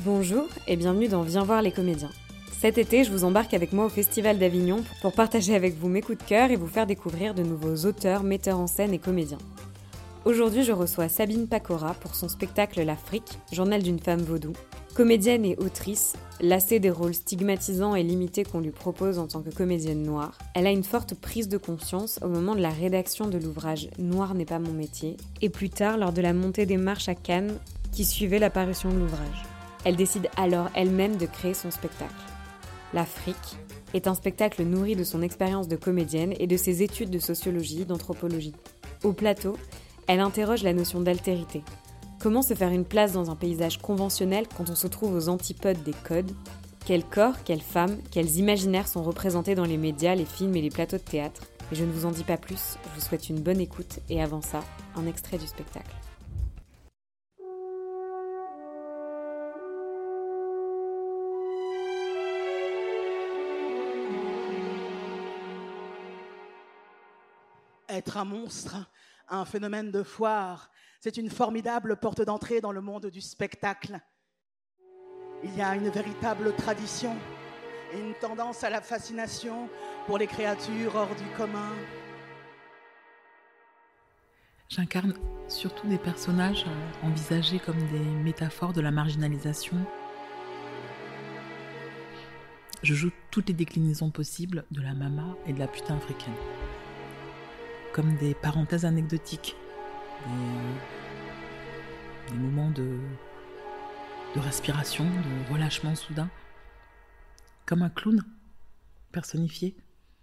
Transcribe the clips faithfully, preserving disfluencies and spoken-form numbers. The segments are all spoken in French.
Bonjour et bienvenue dans Viens voir les comédiens. Cet été, je vous embarque avec moi au Festival d'Avignon pour partager avec vous mes coups de cœur et vous faire découvrir de nouveaux auteurs, metteurs en scène et comédiens. Aujourd'hui, je reçois Sabine Pacora pour son spectacle La Frique, journal d'une femme vaudou. Comédienne et autrice, lassée des rôles stigmatisants et limités qu'on lui propose en tant que comédienne noire, elle a une forte prise de conscience au moment de la rédaction de l'ouvrage « Noir n'est pas mon métier » et plus tard lors de la montée des marches à Cannes qui suivait la parution de l'ouvrage. Elle décide alors elle-même de créer son spectacle. La Frique est un spectacle nourri de son expérience de comédienne et de ses études de sociologie, d'anthropologie. Au plateau, elle interroge la notion d'altérité. Comment se faire une place dans un paysage conventionnel quand on se trouve aux antipodes des codes ? Quels corps, quelles femmes, quels imaginaires sont représentés dans les médias, les films et les plateaux de théâtre ? Et je ne vous en dis pas plus, je vous souhaite une bonne écoute et avant ça, un extrait du spectacle. Être un monstre, un phénomène de foire, c'est une formidable porte d'entrée dans le monde du spectacle. Il y a une véritable tradition et une tendance à la fascination pour les créatures hors du commun. J'incarne surtout des personnages envisagés comme des métaphores de la marginalisation. Je joue toutes les déclinaisons possibles de la mama et de la putain africaine. Comme des parenthèses anecdotiques, des, euh, des moments de, de respiration, de relâchement soudain, comme un clown personnifié.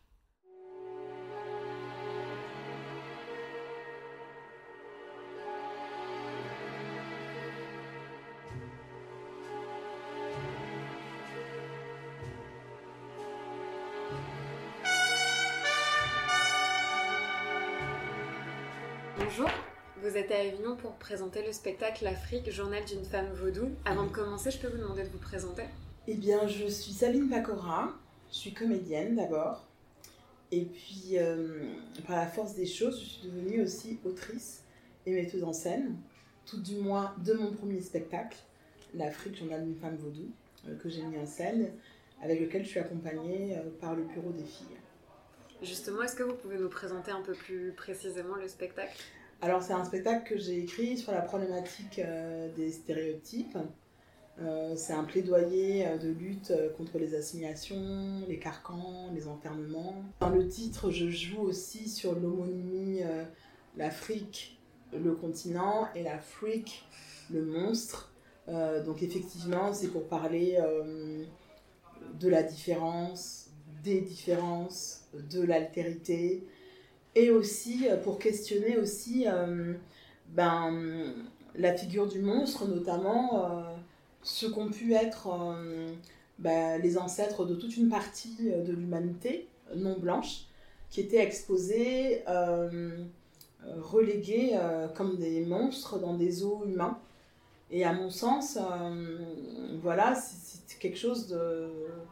Bonjour, vous êtes à Avignon pour présenter le spectacle La Frique, journal d'une femme vaudou. Avant de commencer, je peux vous demander de vous présenter ? Eh bien, je suis Sabine Pacora, je suis comédienne d'abord, et puis euh, par la force des choses, je suis devenue aussi autrice et metteuse en scène, tout du moins de mon premier spectacle, La Frique, journal d'une femme vaudou, euh, que j'ai mis en scène, avec lequel je suis accompagnée euh, par le Bureau des filles. Justement, est-ce que vous pouvez nous présenter un peu plus précisément le spectacle ? Alors, c'est un spectacle que j'ai écrit sur la problématique euh, des stéréotypes. Euh, c'est un plaidoyer euh, de lutte euh, contre les assignations, les carcans, les enfermements. Dans le titre, je joue aussi sur l'homonymie euh, l'Afrique, le continent, et la freak, le monstre. Euh, donc effectivement, c'est pour parler euh, de la différence, des différences, de l'altérité, et aussi pour questionner aussi euh, ben, la figure du monstre, notamment euh, ce qu'ont pu être euh, ben, les ancêtres de toute une partie de l'humanité non blanche, qui étaient exposés, euh, relégués euh, comme des monstres dans des zoos humains. Et à mon sens, euh, voilà, c'est, c'est quelque chose de...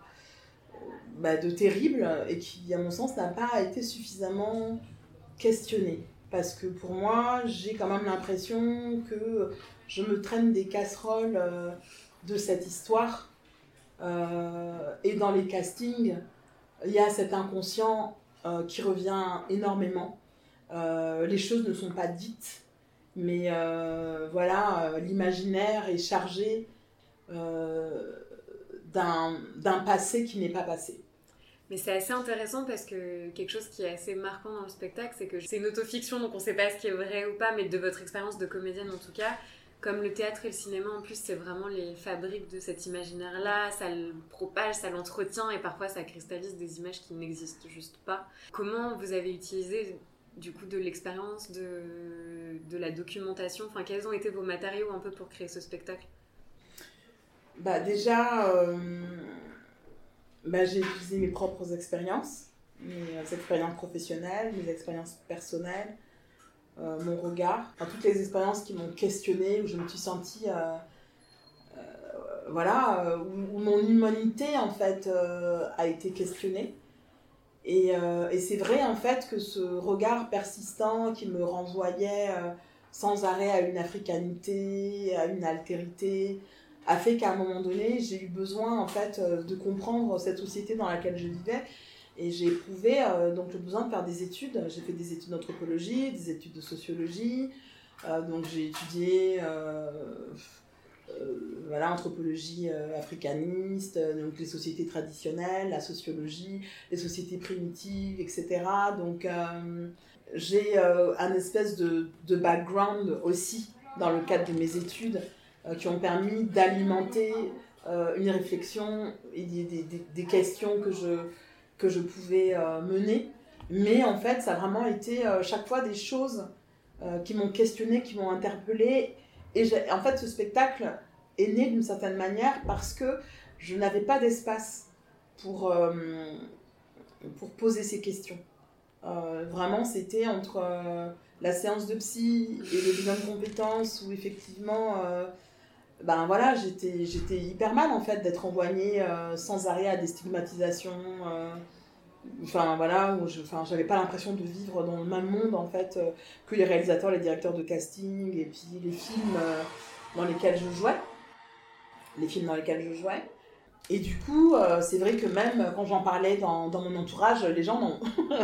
Bah, de terrible et qui, à mon sens, n'a pas été suffisamment questionné. Parce que pour moi, j'ai quand même l'impression que je me traîne des casseroles euh, de cette histoire. Euh, et dans les castings, il y a cet inconscient euh, qui revient énormément. Euh, les choses ne sont pas dites, mais euh, voilà, euh, l'imaginaire est chargé euh, d'un, d'un passé qui n'est pas passé. Mais c'est assez intéressant parce que quelque chose qui est assez marquant dans le spectacle, c'est que c'est une autofiction, donc on ne sait pas ce qui est vrai ou pas, mais de votre expérience de comédienne en tout cas, comme le théâtre et le cinéma en plus, c'est vraiment les fabriques de cet imaginaire-là, ça le propage, ça l'entretient et parfois ça cristallise des images qui n'existent juste pas. Comment vous avez utilisé du coup de l'expérience, de, de la documentation, enfin quels ont été vos matériaux un peu pour créer ce spectacle ? Bah déjà... Euh... Ben, j'ai utilisé mes propres expériences, mes expériences professionnelles, mes expériences personnelles, euh, mon regard, enfin, toutes les expériences qui m'ont questionnée, où je me suis sentie, euh, euh, voilà, euh, où, où mon humanité en fait euh, a été questionnée. Et, euh, et c'est vrai en fait que ce regard persistant qui me renvoyait euh, sans arrêt à une africanité, à une altérité, a fait qu'à un moment donné, j'ai eu besoin en fait de comprendre cette société dans laquelle je vivais. Et j'ai éprouvé euh, donc le besoin de faire des études. J'ai fait des études d'anthropologie, des études de sociologie. Euh, donc j'ai étudié euh, euh, voilà, anthropologie euh, africaniste, donc les sociétés traditionnelles, la sociologie, les sociétés primitives, et cetera. Donc euh, j'ai euh, un espèce de, de background aussi dans le cadre de mes études euh, qui ont permis d'alimenter euh, une réflexion et des, des, des questions que je, que je pouvais euh, mener. Mais en fait, ça a vraiment été euh, chaque fois des choses euh, qui m'ont questionné, qui m'ont interpellée. Et j'ai, en fait, ce spectacle est né d'une certaine manière parce que je n'avais pas d'espace pour, euh, pour poser ces questions. Euh, vraiment, c'était entre euh, la séance de psy et le bilan de compétences où effectivement, euh, ben voilà, j'étais, j'étais hyper mal en fait d'être envoyée euh, sans arrêt à des stigmatisations. Euh, enfin voilà, où je, enfin, j'avais pas l'impression de vivre dans le même monde en fait euh, que les réalisateurs, les directeurs de casting et puis les films euh, dans lesquels je jouais. Les films dans lesquels je jouais. Et du coup, euh, c'est vrai que même quand j'en parlais dans, dans mon entourage, les gens, non.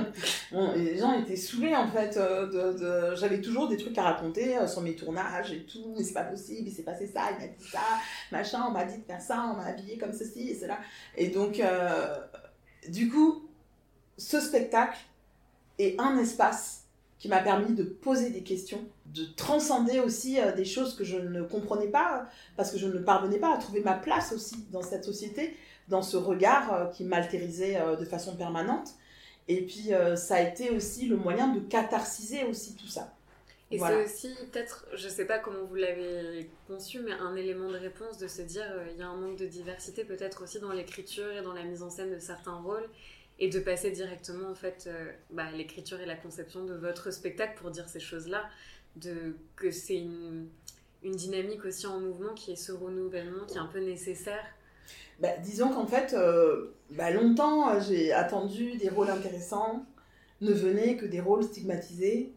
bon, les gens étaient saoulés en fait. Euh, de, de... J'avais toujours des trucs à raconter euh, sur mes tournages et tout. Mais c'est pas possible, il s'est passé ça, il m'a dit ça, machin, on m'a dit de faire ça, on m'a habillé comme ceci et cela. Et donc, euh, du coup, ce spectacle est un espace qui m'a permis de poser des questions, de transcender aussi euh, des choses que je ne comprenais pas, parce que je ne parvenais pas à trouver ma place aussi dans cette société, dans ce regard euh, qui m'altérisait euh, de façon permanente. Et puis, euh, ça a été aussi le moyen de catharsiser aussi tout ça. Et voilà. C'est aussi, peut-être, je ne sais pas comment vous l'avez conçu, mais un élément de réponse de se dire il euh, y a un manque de diversité peut-être aussi dans l'écriture et dans la mise en scène de certains rôles, et de passer directement en fait euh, bah, l'écriture et la conception de votre spectacle pour dire ces choses-là, de, que c'est une, une dynamique aussi en mouvement qui est ce renouvellement qui est un peu nécessaire. Bah, disons qu'en fait, euh, bah, longtemps j'ai attendu des rôles intéressants, ne venaient que des rôles stigmatisés,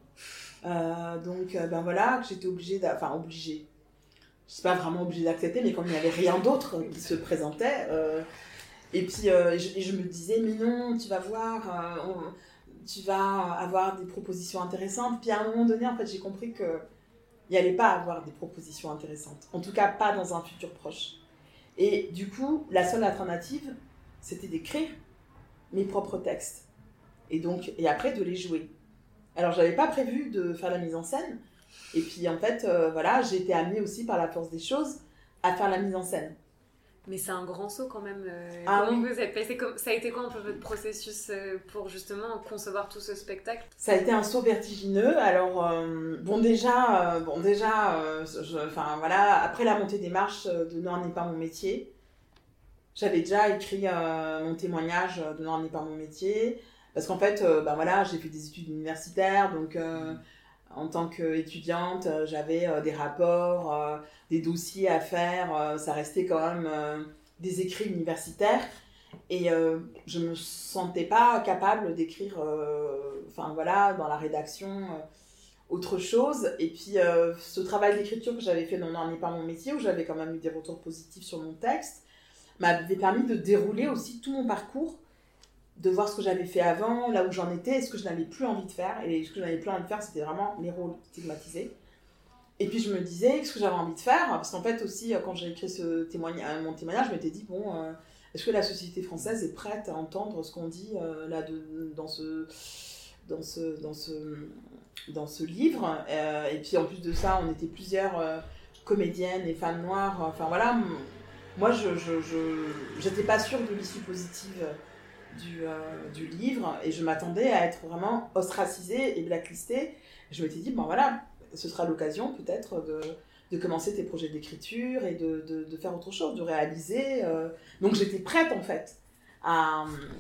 euh, donc euh, ben voilà, que j'étais obligée, d'a... enfin obligée, je ne suis pas vraiment obligée d'accepter, mais quand il n'y avait rien d'autre qui se présentait, euh, et puis euh, je, et je me disais, mais non, tu vas voir, euh, on, tu vas avoir des propositions intéressantes. Puis à un moment donné, en fait, j'ai compris qu'il n'y allait pas avoir des propositions intéressantes. En tout cas, pas dans un futur proche. Et du coup, la seule alternative, c'était d'écrire mes propres textes. Et, donc, et après, de les jouer. Alors, je n'avais pas prévu de faire la mise en scène. Et puis, en fait, euh, voilà, j'ai été amenée aussi par la force des choses à faire la mise en scène. Mais c'est un grand saut quand même. Euh, ah, comment oui. vous êtes passé, ça a été quoi un peu votre processus euh, pour justement concevoir tout ce spectacle ? Ça a été un saut vertigineux. Alors, euh, bon déjà, euh, bon, déjà euh, je, enfin, voilà, après la montée des marches de Noir n'est pas mon métier, j'avais déjà écrit euh, mon témoignage de Noir n'est pas mon métier. Parce qu'en fait, euh, ben voilà, j'ai fait des études universitaires, donc euh, mmh. en tant qu'étudiante, j'avais euh, des rapports, euh, des dossiers à faire, euh, ça restait quand même euh, des écrits universitaires. Et euh, je ne me sentais pas capable d'écrire, enfin euh, voilà, dans la rédaction, euh, autre chose. Et puis euh, ce travail d'écriture que j'avais fait dans Noir n'est pas mon métier, où j'avais quand même eu des retours positifs sur mon texte, m'avait permis de dérouler aussi tout mon parcours, de voir ce que j'avais fait avant, là où j'en étais, et ce que je n'avais plus envie de faire. Et ce que je n'avais plus envie de faire, c'était vraiment les rôles stigmatisés. Et puis je me disais ce que j'avais envie de faire, parce qu'en fait aussi, quand j'ai écrit ce témoignage, mon témoignage, je m'étais dit, bon, euh, est-ce que la société française est prête à entendre ce qu'on dit euh, là de, dans, ce, dans, ce, dans, ce, dans ce livre euh, Et puis en plus de ça, on était plusieurs euh, comédiennes et femmes noires. Enfin voilà, moi je, je, je, j'étais pas sûre de l'issue positive Du, euh, du livre, et je m'attendais à être vraiment ostracisée et blacklistée. Je m'étais dit, bon voilà, ce sera l'occasion peut-être de, de commencer tes projets d'écriture et de, de, de faire autre chose, de réaliser. Euh... Donc j'étais prête en fait à,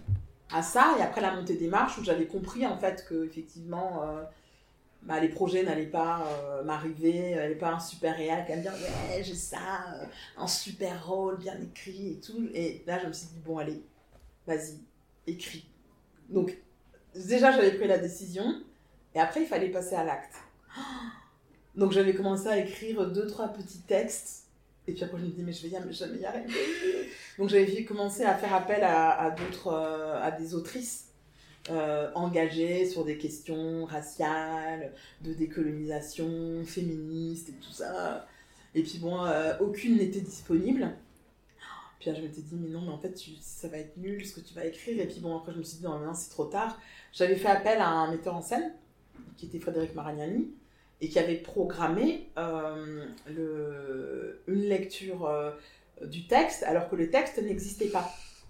à ça, et après la montée des marches, où j'avais compris en fait que effectivement euh, bah, les projets n'allaient pas euh, m'arriver, il n'y avait pas un super réal qui allait me dire ouais j'ai ça, euh, un super rôle bien écrit et tout. Et là je me suis dit bon allez, vas-y, écrit. Donc, déjà, j'avais pris la décision, et après, il fallait passer à l'acte. Donc, j'avais commencé à écrire deux, trois petits textes, Et puis après, je me dis, mais je vais jamais y arriver. Donc, j'avais commencé à faire appel à, à d'autres, euh, à des autrices euh, engagées sur des questions raciales, de décolonisation, féministes et tout ça. Et puis bon, euh, aucune n'était disponible. Puis là, je m'étais dit, mais non, mais en fait, tu, ça va être nul ce que tu vas écrire. Et puis bon, après, je me suis dit, non, maintenant, c'est trop tard. J'avais fait appel à un metteur en scène, qui était Frédéric Maragnani, et qui avait programmé euh, le, une lecture euh, du texte, alors que le texte n'existait pas.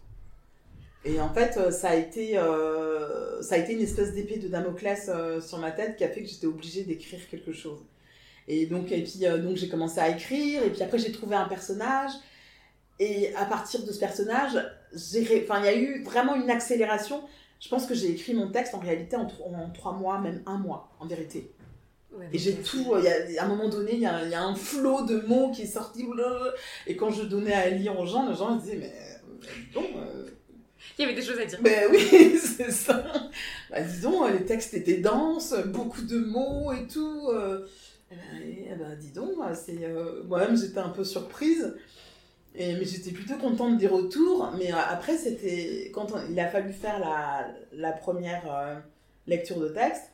Et en fait, ça a été, euh, ça a été une espèce d'épée de Damoclès euh, sur ma tête qui a fait que j'étais obligée d'écrire quelque chose. Et donc, et puis, euh, donc j'ai commencé à écrire, et puis après, j'ai trouvé un personnage. Et à partir de ce personnage, j'ai, enfin, il y a eu vraiment une accélération. Je pense que j'ai écrit mon texte en réalité en, en trois mois, même un mois, en vérité. Ouais, et j'ai tout, il y a, à un moment donné, il y a, il y a un flot de mots qui est sorti, et quand je donnais à lire aux gens, les gens disaient, mais, mais dis donc... Euh... Il y avait des choses à dire. Ben oui, c'est ça. Bah, dis donc, les textes étaient denses, beaucoup de mots et tout. Euh... Et ben, et ben, dis donc, c'est, euh... moi-même j'étais un peu surprise. Et, mais j'étais plutôt contente des retours. Mais euh, après, c'était quand on, il a fallu faire la, la première euh, lecture de texte.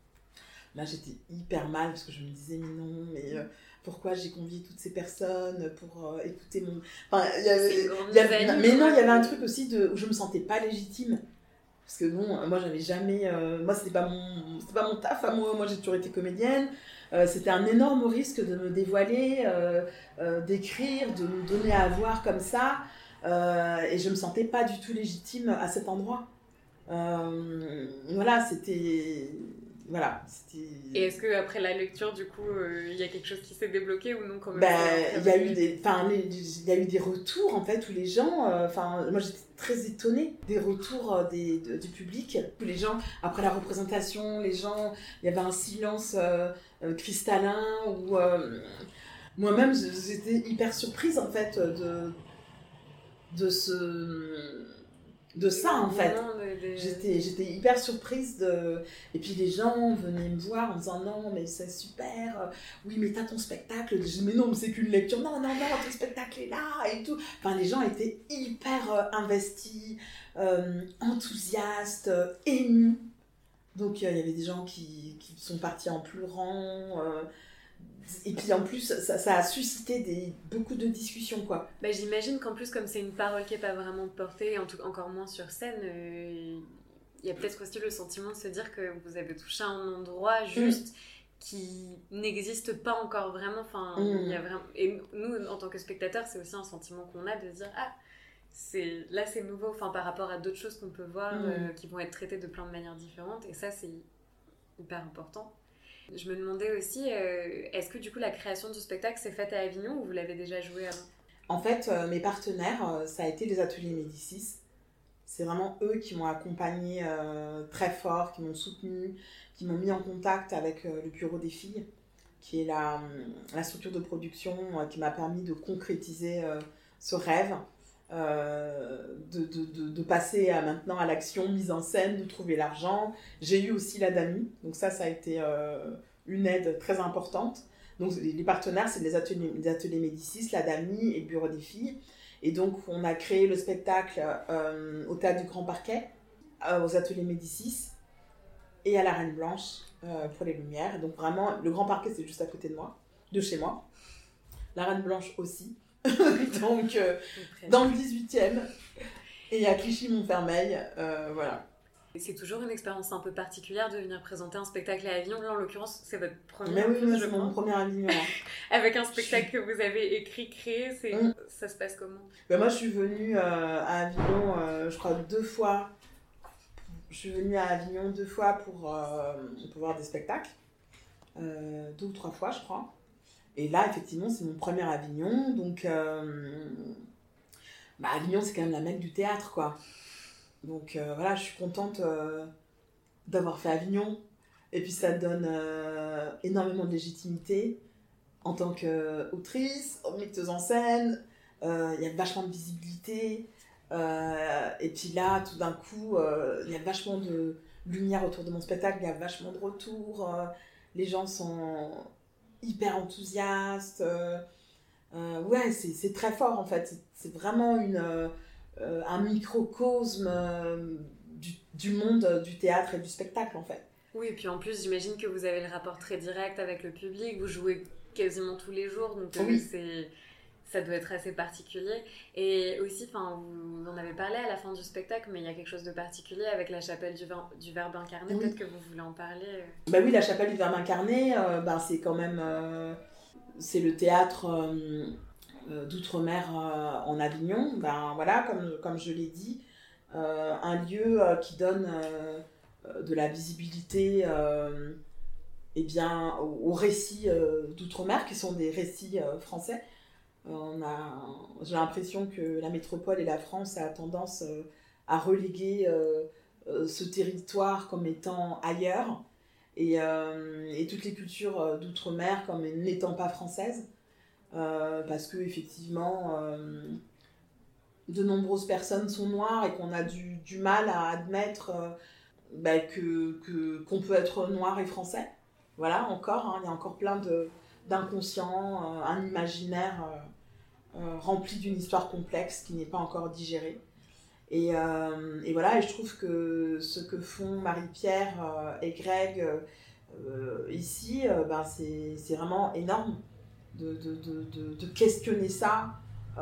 Là, j'étais hyper mal parce que je me disais, mais non, mais euh, pourquoi j'ai convié toutes ces personnes pour euh, écouter mon. Enfin, il y avait, il y avait, mais non, il y avait un truc aussi de, où je me sentais pas légitime. Parce que bon, moi, j'avais jamais. Euh, moi, c'était pas, mon, c'était pas mon taf. Hein, moi, moi, j'ai toujours été comédienne. Euh, c'était un énorme risque de me dévoiler, euh, euh, d'écrire, de me donner à voir comme ça. Euh, et je me sentais pas du tout légitime à cet endroit. Euh, voilà, c'était. Voilà, c'était... Et est-ce qu'après la lecture, du coup, il euh, y a quelque chose qui s'est débloqué ou non quand même? Ben, il y a eu des, enfin, il y a eu des retours, en fait, où les gens... Enfin, euh, moi, j'étais très étonnée des retours euh, des, de, du public. Où les gens, après la représentation, les gens... Il y avait un silence euh, euh, cristallin, où... Euh, moi-même, j'étais hyper surprise, en fait, de, de ce... de ça en fait. Non, des... j'étais, j'étais hyper surprise de... Et puis les gens venaient me voir en disant non mais c'est super, oui mais t'as ton spectacle. Je dis mais non mais c'est qu'une lecture, non non non ton spectacle est là et tout. Enfin les gens étaient hyper euh, investis, euh, enthousiastes, euh, émus. Donc il euh, y avait des gens qui, qui sont partis en pleurant. Euh, Et puis en plus, ça, ça a suscité des, beaucoup de discussions, quoi. Bah, j'imagine qu'en plus, comme c'est une parole qui n'est pas vraiment portée, en tout, encore moins sur scène, il euh, y a peut-être aussi le sentiment de se dire que vous avez touché un endroit juste mmh. qui n'existe pas encore vraiment. Enfin, mmh. y a vraiment... Et nous, en tant que spectateurs, c'est aussi un sentiment qu'on a de se dire « Ah, c'est... là c'est nouveau enfin, par rapport à d'autres choses qu'on peut voir mmh. euh, qui vont être traitées de plein de manières différentes. » Et ça, c'est hyper important. Je me demandais aussi, euh, est-ce que du coup la création du spectacle s'est faite à Avignon ou vous l'avez déjà joué avant? En fait, euh, mes partenaires, euh, ça a été les ateliers Médicis. C'est vraiment eux qui m'ont accompagnée euh, très fort, qui m'ont soutenue, qui m'ont mis en contact avec euh, le Bureau des filles, qui est la, la structure de production euh, qui m'a permis de concrétiser euh, ce rêve, euh, de, de, de, de passer à, maintenant à l'action, mise en scène, de trouver l'argent. J'ai eu aussi la D A M I, donc ça, ça a été euh, une aide très importante. Donc les partenaires, c'est les ateliers, les ateliers Médicis, la D A M I et le Bureau des filles. Et donc on a créé le spectacle euh, au Théâtre du Grand Parquet, euh, aux ateliers Médicis et à la Reine Blanche euh, pour les Lumières. Donc vraiment, le Grand Parquet, c'est juste à côté de moi, de chez moi. La Reine Blanche aussi. Donc euh, dans le dix-huitième et à Clichy-Montfermeil, euh, voilà. C'est toujours une expérience un peu particulière de venir présenter un spectacle à Avignon. Là, en l'occurrence, c'est votre premier. Mais oui, oui c'est mon premier Avignon. Avec un spectacle que vous avez écrit, créé, c'est... Mmh. Ça se passe comment? Ben moi, je suis venue euh, à Avignon, euh, je crois, deux fois. Je suis venue à Avignon deux fois pour, euh, pour voir des spectacles. Euh, deux ou trois fois, je crois. Et là, effectivement, c'est mon premier Avignon. Donc, euh, bah, Avignon, c'est quand même la mecque du théâtre, quoi. Donc, euh, voilà, je suis contente euh, d'avoir fait Avignon. Et puis, ça donne euh, énormément de légitimité en tant qu'autrice, metteuse en scène. Il euh, y a vachement de visibilité. Euh, et puis là, tout d'un coup, il euh, y a vachement de lumière autour de mon spectacle. Il y a vachement de retours. Euh, les gens sont... hyper enthousiaste, euh, Euh, ouais, c'est, c'est très fort en fait. C'est, c'est vraiment une, euh, un microcosme euh, du, du monde du théâtre et du spectacle en fait. Oui, et puis en plus, j'imagine que vous avez le rapport très direct avec le public, vous jouez quasiment tous les jours, donc oui. euh, c'est, ça doit être assez particulier. Et aussi, vous en avez parlé à la fin du spectacle, mais il y a quelque chose de particulier avec la chapelle du, ver- du Verbe incarné, oui. Peut-être que vous voulez en parler. Bah oui, la chapelle du Verbe incarné, euh, bah, c'est quand même euh, c'est le théâtre euh, euh, d'outre-mer euh, en Avignon, ben, voilà, comme, comme je l'ai dit, euh, un lieu euh, qui donne... Euh, de la visibilité euh, eh bien, aux, aux récits euh, d'outre-mer, qui sont des récits euh, français. Euh, on a, j'ai l'impression que la métropole et la France a tendance euh, à reléguer euh, euh, ce territoire comme étant ailleurs, et, euh, et toutes les cultures d'outre-mer comme n'étant pas françaises, euh, parce que effectivement euh, de nombreuses personnes sont noires et qu'on a du, du mal à admettre euh, Bah, que, que, qu'on peut être noir et français. Voilà, encore, hein, il y a encore plein de, d'inconscients, euh, un imaginaire euh, euh, rempli d'une histoire complexe qui n'est pas encore digérée. Et, euh, et voilà, et je trouve que ce que font Marie-Pierre euh, et Greg euh, ici, euh, ben c'est, c'est vraiment énorme de, de, de, de, de questionner ça,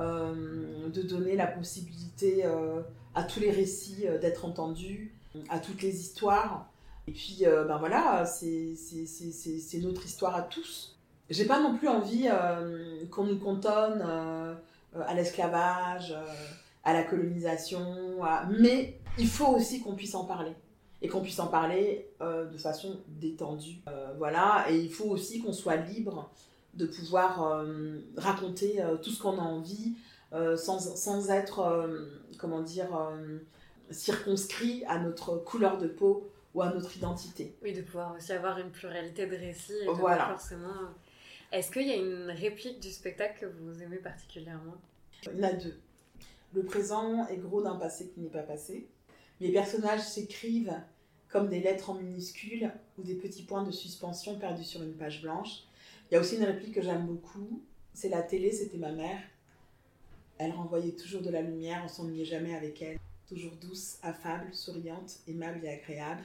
euh, de donner la possibilité euh, à tous les récits euh, d'être entendus, à toutes les histoires. Et puis, euh, ben voilà, c'est, c'est, c'est, c'est, c'est notre histoire à tous. J'ai pas non plus envie euh, qu'on nous cantonne euh, à l'esclavage, euh, à la colonisation, à... mais il faut aussi qu'on puisse en parler. Et qu'on puisse en parler euh, de façon détendue. Euh, voilà, et il faut aussi qu'on soit libre de pouvoir euh, raconter euh, tout ce qu'on a envie, euh, sans, sans être, euh, comment dire... Euh, circonscrit à notre couleur de peau ou à notre identité. Oui, de pouvoir aussi avoir une pluralité de récits et de voilà. Pas forcément... Est-ce qu'il y a une réplique du spectacle que vous aimez particulièrement ? Il y en a deux. Le présent est gros d'un passé qui n'est pas passé. Les personnages s'écrivent comme des lettres en minuscules ou des petits points de suspension perdus sur une page blanche. Il y a aussi une réplique que j'aime beaucoup, c'est la télé, c'était ma mère. Elle renvoyait toujours de la lumière, on s'ennuyait jamais avec elle. Toujours douce, affable, souriante, aimable et agréable.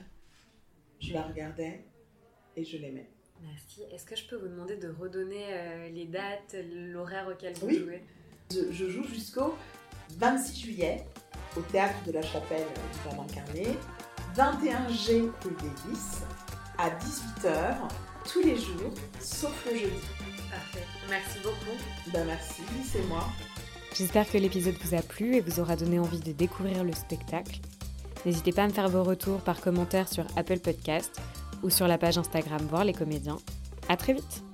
Je la regardais et je l'aimais. Merci. Est-ce que je peux vous demander de redonner euh, les dates, l'horaire auquel vous oui. jouez ? je, je joue jusqu'au vingt-six juillet au Théâtre de la Chapelle du Verbe incarné, vingt et un G rue Davis, à dix-huit heures, tous les jours, sauf le jeudi. Parfait. Merci beaucoup. Ben merci, c'est moi. J'espère que l'épisode vous a plu et vous aura donné envie de découvrir le spectacle. N'hésitez pas à me faire vos retours par commentaire sur Apple Podcast ou sur la page Instagram Voir les comédiens. À très vite!